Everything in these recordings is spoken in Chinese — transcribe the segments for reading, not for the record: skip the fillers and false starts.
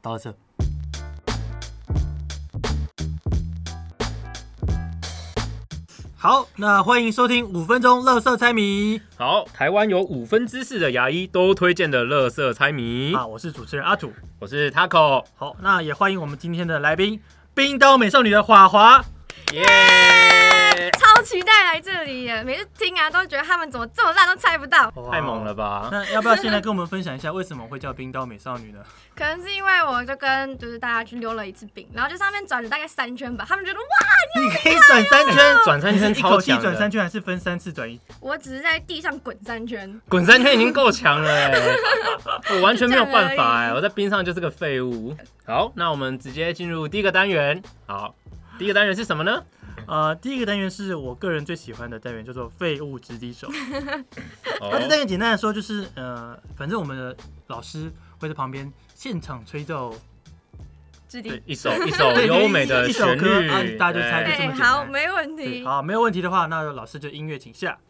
倒垃圾。好，那欢迎收听5分钟垃圾猜谜。 好，台湾有5分之4的牙医都推荐的垃圾猜谜。 我是主持人阿土， 我是 Taco。 好，那也欢迎我们今天的来宾，冰刀美少女的华华。 耶！ 超期待来这里耶！每次听啊，都觉得他们怎么这么烂都猜不到。 太猛了吧？ 那要不要先来跟我们分享一下，为什么会叫冰刀美少女呢？ 可能是因为我就跟大家去溜了一次冰，然后就上面转了大概3圈吧，他们觉得哇， 你可以转3圈， 转3圈一口气超强的。 转3圈，还是分3次转1？ 我只是在地上滚3圈， 滚3圈已经够强了哎，我完全没有办法哎，我在冰上就是个废物。好，那我们直接进入第一个单元。好，第一个单元是什么呢？ 第一个单元是我个人最喜欢的单元，叫做废物直笛手。 哦这单元简单的说就是，反正我们的老师会在旁边现场吹奏指笛对，一首优美的一首旋歌， 律， 大家就猜就这么简单。 好，没问题。 好，没有问题的话，那老师就音乐请下。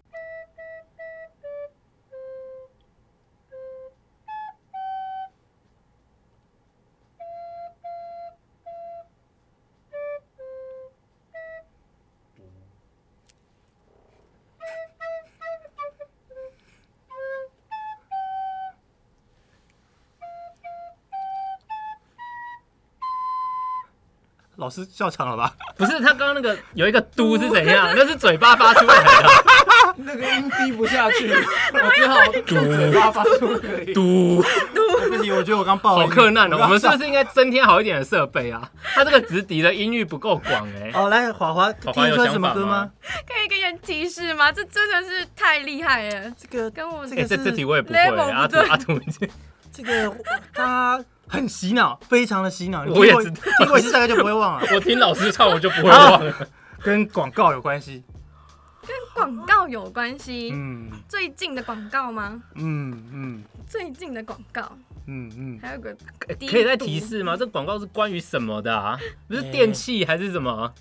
老师笑场了吧？ 不是他刚刚那个有一个嘟是怎样？那是嘴巴发出来的。 那个音低不下去，我只好用嘴巴发出可以。 嘟， 不行，我觉得我刚爆了。 好困难哦！我们是不是应该增添好一点的设备啊？他这个直笛的音域不够广哎。 好，来华华，听得出来什么歌吗？ 可以给点提示吗？这真的是太厉害了。 这个跟我这题我也不会。 level 阿不对土， 这个他很洗脑，非常的洗脑。 我也知道听过一次大概就不会忘了。 我听老师唱我就不会忘了。 跟广告有关系。 跟广告有关系。 嗯最近的广告吗？ 嗯最近的广告，还有个可以再提示吗？这广告是关于什么的啊？不是电器还是什么？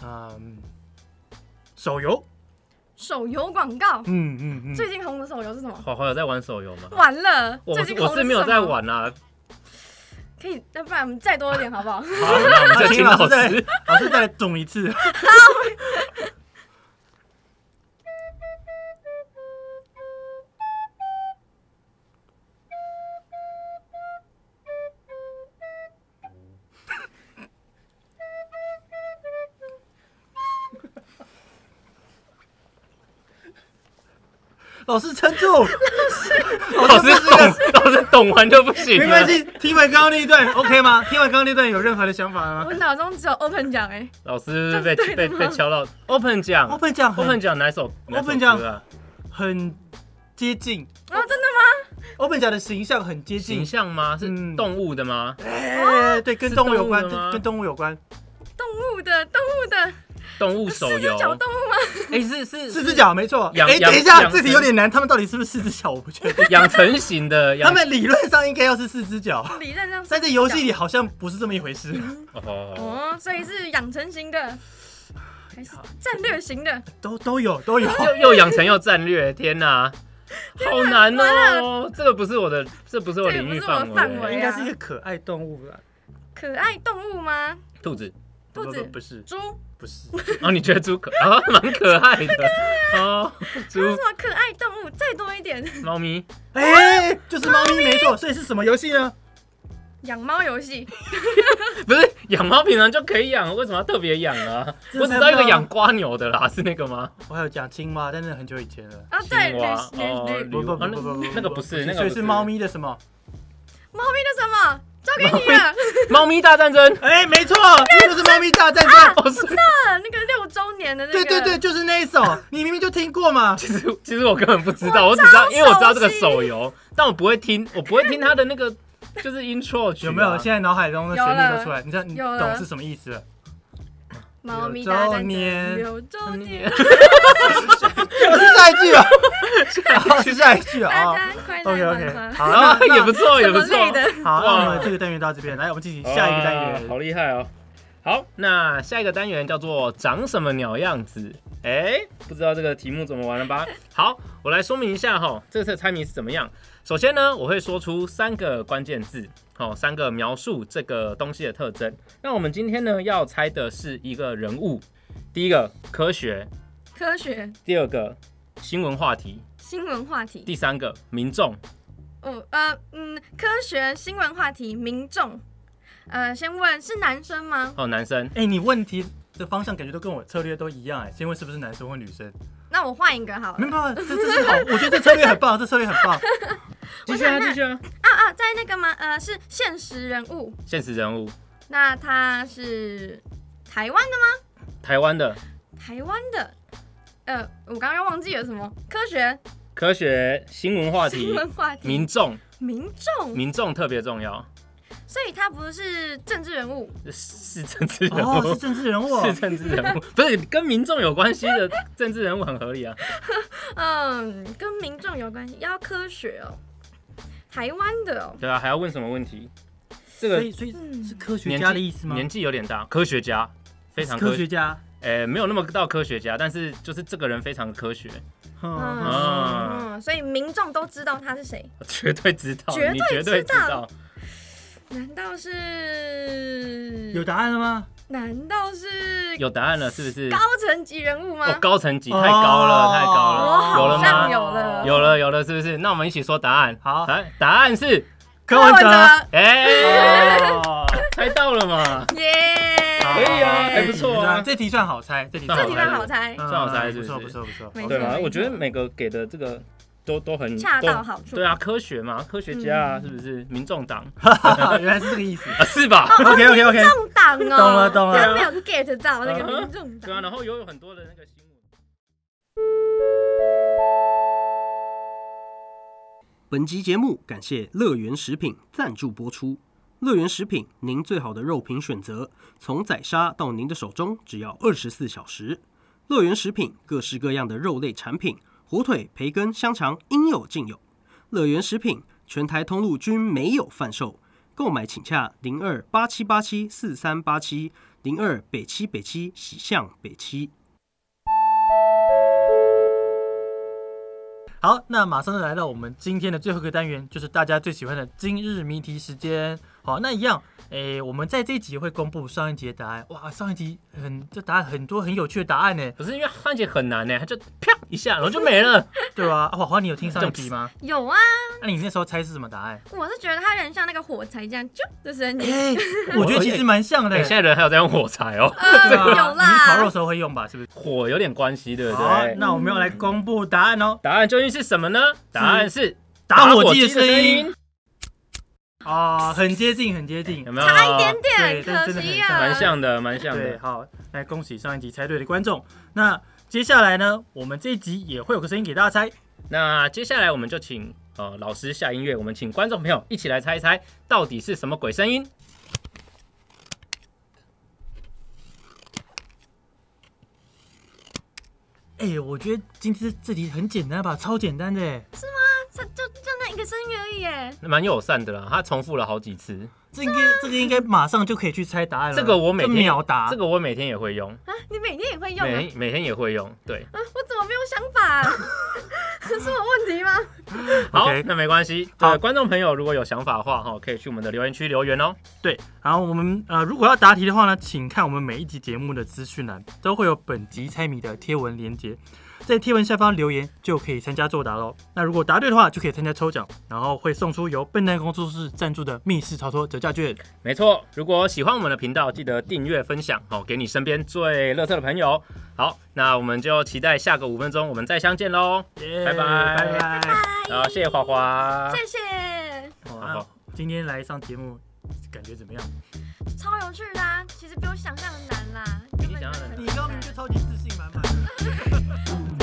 手游。 手游广告。最最近红的手游是什么？ 华有在玩手游吗？ 完了， 我最近红的是没有在什么。 玩啊。 可以，要不然我们再多一点好不好？ 好，那我们再听老师。 老师再来懂一次。老师撑住， 老师懂完就不行了。 没关系。听完刚刚那一段 OK 吗？听完刚刚那段有任何的想法吗我脑中只有 open 奖哎。 老师被敲到 open 奖 ？Open 奖 ，open 奖哪首 ？Open 奖歌啊？ 很接近。 哦，真的吗？ Open 奖的形象很接近。 形象吗？是动物的吗？ 对，跟动物有关， 是动物的吗跟动物有关。 动物手游。 四只脚动物吗？ 是四只脚，没错。 等一下，这题有点难，他们到底是不是4只脚？我不确定。 养成型的， 他们理论上应该要是4只脚， 理论上是但在游戏里好像不是这么一回事。 哦，所以是养成型的，还是战略型的？ 都有。 又养成又战略，天哪，好难哦！这不是我领域范围。 应该是一个可爱动物啦。 可爱动物吗？ 兔子不是。 猪不是。 哦，你觉得猪蛮可爱的哦？猪什么可爱动物？再多一点。 猫咪。 就是猫咪没错。所以是什么游戏呢？ 养猫游戏。 不是养猫平常就可以养，为什么要特别养啊？我只知道一个养瓜牛的啦，是那个吗？ 我还有讲青蛙，但是很久以前了。 对， 不， 那个不是， 所以是猫咪的什么？ 猫咪的什么？交给你了。 猫咪大战争。 没错，就是猫咪大战争。 我知道了，那个6周年的那个。 对，就是那一首，你明明就听过嘛。 其实我根本不知道，我只知道，因为我知道这个手游，但我不会听它的那个就是 intro 曲。 有没有？现在脑海中的旋律都出来，你知道你有了懂是什么意思了？ 猫咪大战争 6 周年。 是下一句啊，是下一句啊。 大家快乐 OK， 好， 也不错，也不错。 好，那我们这个单元到这边，来，我们进行下一个单元。 好厉害哦！好，那下一个单元叫做长什么鸟样子？ 不知道这个题目怎么玩了吧？好，我来说明一下哈，这次的猜谜是怎么样。首先呢，我会说出3个关键字，3个描述这个东西的特征。那我们今天呢要猜的是一个人物，第一个科学，第二个新闻话题，第3个民众。 科学、新闻话题、民众。先问是男生吗？ 男生。 你问题的方向感觉都跟我策略都一样先问是不是男生或女生。 那我换一个好了。 没有，这是好，我觉得这策略很棒，这策略很棒。 继续啊！ 在那个吗？是现实人物。 那他是台湾的吗？ 台湾的。 我刚刚忘记了什么？科学、 新闻话题、民众特别重要。 所以他不是政治人物， 是政治人物， 是政治人物， 是政治人物，不是跟民众有关系的政治人物很合理啊。 跟民众有关系，要科学哦，台湾的哦。 对啊，还要问什么问题？这个所以是科学家的意思吗？ 年纪有点大，科学家，非常科学家。 没有那么到科学家，但是就是这个人非常科学。 所以民众都知道他是谁？ 绝对知道，你绝对知道。 难道是有答案了吗？ 难道是有答案了？是不是高层级人物吗？ 高层级太高了， 有了吗？ 有了，是不是？那我们一起说答案。 好， 答案是柯文哲。 猜到了嘛？ 耶， 可以啊，还不错啊。 这题算好猜， 算好猜， 不错。 对吧？我觉得每个给的这个。都很恰到好处。 对啊，科学嘛，科学家啊，是不是？民众党， 原来是这个意思是吧 ？OK。 民众党哦， 懂了。 他没有 get 到那个民众党。 对啊，然后有很多的那个新闻。 本集节目感谢乐园食品赞助播出。乐园食品，您最好的肉品选择，从宰杀到您的手中只要24小时。乐园食品各式各样的肉类产品。火腿、培根、香肠应有尽有。乐园食品全台通路均没有贩售，购买请洽0287874387 02北七喜巷北七。 好，那马上就来到我们今天的最后一个单元，就是大家最喜欢的今日谜题时间。好，那一样，我们在这一集会公布上一集的答案。哇，上一集这答案很多很有趣的答案呢。 不是因为上一集很难呢，它就啪一下，然后就没了， 对吧？华华，你有听上一集吗？ 有啊。 那你那时候猜是什么答案？ 我是觉得它很像那个火柴这样啾的声音。 我觉得其实蛮像的。 现在人还有在用火柴哦。 有啦。 你烤肉的时候会用吧？是不是？ 火有点关系，对不对？ 好，那我们要来公布答案哦。 答案究竟是什么呢？答案是打火机的声音。很接近，有没有？ 差一点点，可惜啊。 蛮像的。 对，好，来恭喜上一集猜对的观众。那接下来呢，我们这一集也会有个声音给大家猜。 那接下来我们就请老师下音乐，我们请观众朋友一起来猜一猜，到底是什么鬼声音？ 我觉得今天这题很简单吧，超简单的。 是吗？就那一个声音而已耶。 蛮友善的啦，他重复了好几次。 这个应该马上就可以去猜答案了。 这个我每天秒答， 这个我每天也会用啊。你每天也会用？ 每天也会用，对。 我怎么没有想法？是我问题吗？ 好，那没关系。好，观众朋友如果有想法的话，可以去我们的留言区留言哦。 对，然后我们如果要答题的话呢，请看我们每一集节目的资讯栏，都会有本集猜谜的贴文连结。在贴文下方留言就可以参加作答咯。那如果答对的话，就可以参加抽奖，然后会送出由笨蛋工作室赞助的密室逃脱折价券。 没错，如果喜欢我们的频道，记得订阅分享给你身边最垃圾的朋友。好，那我们就期待下个5分钟我们再相见喽，拜拜。好，谢谢华华， 谢谢。 好，今天来上节目感觉怎么样？ 超有趣的啊，其实比我想象的难啦。 比你想象的难。 你刚刚就超级自信满满。